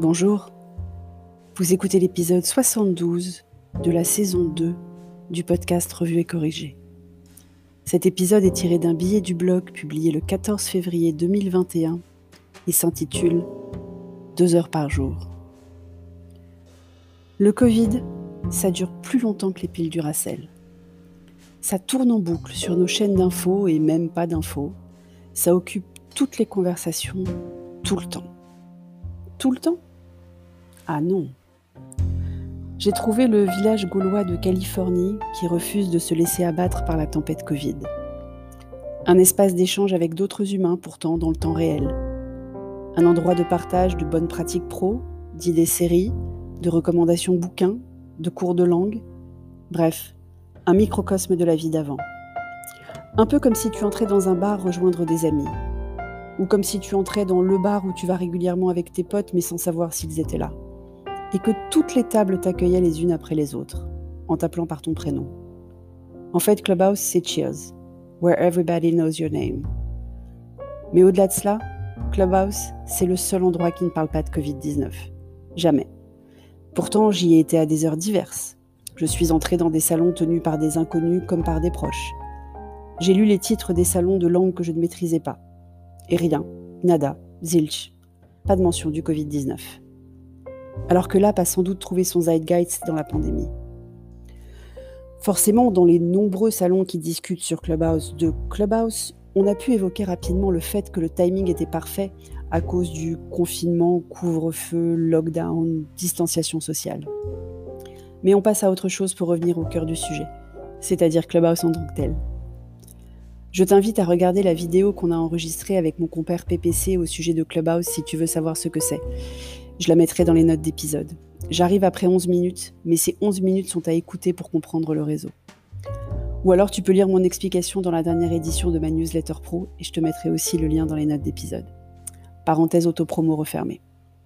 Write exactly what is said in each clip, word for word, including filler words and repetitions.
Bonjour, vous écoutez l'épisode soixante-douze de la saison deux du podcast Revue et Corrigée. Cet épisode est tiré d'un billet du blog publié le quatorze février deux mille vingt et un et s'intitule « Deux heures par jour ». Le Covid, ça dure plus longtemps que les piles Duracell. Ça tourne en boucle sur nos chaînes d'infos et même pas d'infos. Ça occupe toutes les conversations, tout le temps. Tout le temps ? Ah non. J'ai trouvé le village gaulois de Californie qui refuse de se laisser abattre par la tempête Covid. Un espace d'échange avec d'autres humains pourtant dans le temps réel. Un endroit de partage de bonnes pratiques pro, d'idées séries, de recommandations bouquins, de cours de langue. Bref, un microcosme de la vie d'avant. Un peu comme si tu entrais dans un bar rejoindre des amis. Ou comme si tu entrais dans le bar où tu vas régulièrement avec tes potes mais sans savoir s'ils étaient là. Et que toutes les tables t'accueillaient les unes après les autres, en t'appelant par ton prénom. En fait, Clubhouse, c'est Cheers, where everybody knows your name. Mais au-delà de cela, Clubhouse, c'est le seul endroit qui ne parle pas de covid dix-neuf. Jamais. Pourtant, j'y ai été à des heures diverses. Je suis entrée dans des salons tenus par des inconnus comme par des proches. J'ai lu les titres des salons de langues que je ne maîtrisais pas. Et rien, nada, zilch, pas de mention du covid dix-neuf. Alors que l'app a sans doute trouvé son zeitgeist dans la pandémie. Forcément, dans les nombreux salons qui discutent sur Clubhouse de Clubhouse, on a pu évoquer rapidement le fait que le timing était parfait à cause du confinement, couvre-feu, lockdown, distanciation sociale. Mais on passe à autre chose pour revenir au cœur du sujet, c'est-à-dire Clubhouse en tant que tel. Je t'invite à regarder la vidéo qu'on a enregistrée avec mon compère P P C au sujet de Clubhouse si tu veux savoir ce que c'est. Je la mettrai dans les notes d'épisode. J'arrive après onze minutes, mais ces onze minutes sont à écouter pour comprendre le réseau. Ou alors tu peux lire mon explication dans la dernière édition de ma newsletter pro et je te mettrai aussi le lien dans les notes d'épisode. Parenthèse autopromo refermée.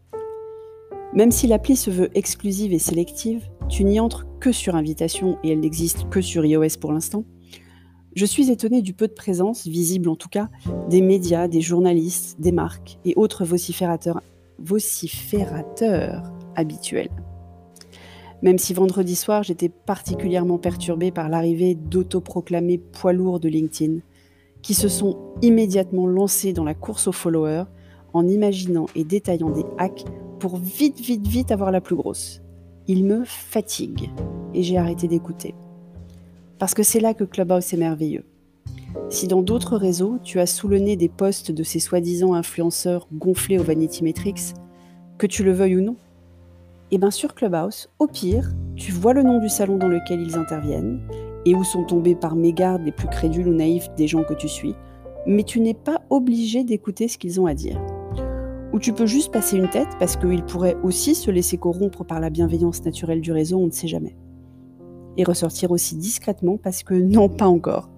Même si l'appli se veut exclusive et sélective, tu n'y entres que sur invitation et elle n'existe que sur iOS pour l'instant. Je suis étonnée du peu de présence, visible en tout cas, des médias, des journalistes, des marques et autres vociférateurs vociférateur habituel. Même si vendredi soir, j'étais particulièrement perturbée par l'arrivée d'autoproclamés poids lourds de LinkedIn, qui se sont immédiatement lancés dans la course aux followers en imaginant et détaillant des hacks pour vite, vite, vite avoir la plus grosse. Ils me fatiguent et j'ai arrêté d'écouter. Parce que c'est là que Clubhouse est merveilleux. Si dans d'autres réseaux, tu as sous le nez des posts de ces soi-disant influenceurs gonflés au Vanity Metrics, que tu le veuilles ou non, et bien sur Clubhouse, au pire, tu vois le nom du salon dans lequel ils interviennent et où sont tombés par mégarde les plus crédules ou naïfs des gens que tu suis, mais tu n'es pas obligé d'écouter ce qu'ils ont à dire. Ou tu peux juste passer une tête parce qu'ils pourraient aussi se laisser corrompre par la bienveillance naturelle du réseau, on ne sait jamais. Et ressortir aussi discrètement parce que non, pas encore.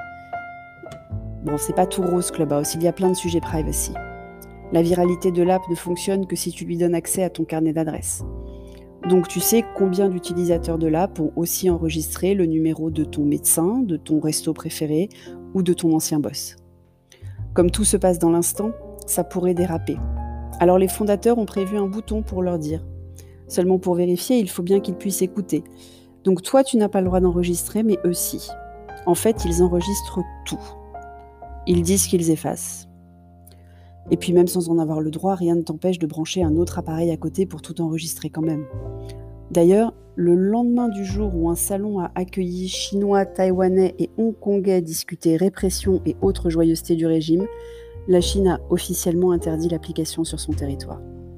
Bon, c'est pas tout rose Clubhouse, il y a plein de sujets privacy. La viralité de l'app ne fonctionne que si tu lui donnes accès à ton carnet d'adresses. Donc tu sais combien d'utilisateurs de l'app ont aussi enregistré le numéro de ton médecin, de ton resto préféré ou de ton ancien boss. Comme tout se passe dans l'instant, ça pourrait déraper. Alors les fondateurs ont prévu un bouton pour leur dire. Seulement pour vérifier, il faut bien qu'ils puissent écouter. Donc toi, tu n'as pas le droit d'enregistrer, mais eux si. En fait, ils enregistrent tout. Ils disent qu'ils effacent. Et puis même sans en avoir le droit, rien ne t'empêche de brancher un autre appareil à côté pour tout enregistrer quand même. D'ailleurs, le lendemain du jour où un salon a accueilli Chinois, Taïwanais et Hongkongais discuter répression et autres joyeusetés du régime, la Chine a officiellement interdit l'application sur son territoire.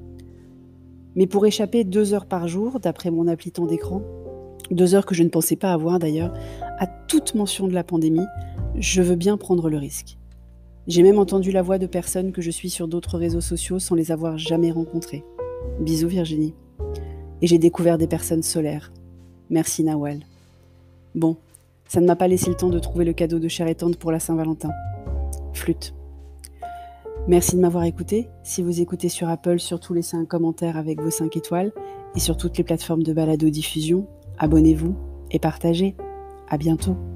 Mais pour échapper deux heures par jour, d'après mon appli temps d'écran, deux heures que je ne pensais pas avoir d'ailleurs, à toute mention de la pandémie, je veux bien prendre le risque. J'ai même entendu la voix de personnes que je suis sur d'autres réseaux sociaux sans les avoir jamais rencontrées. Bisous Virginie. Et j'ai découvert des personnes solaires. Merci Nawal. Bon, ça ne m'a pas laissé le temps de trouver le cadeau de chair et tendre pour la Saint-Valentin. Flûte. Merci de m'avoir écouté. Si vous écoutez sur Apple, surtout laissez un commentaire avec vos cinq étoiles. Et sur toutes les plateformes de balado-diffusion, abonnez-vous et partagez. À bientôt.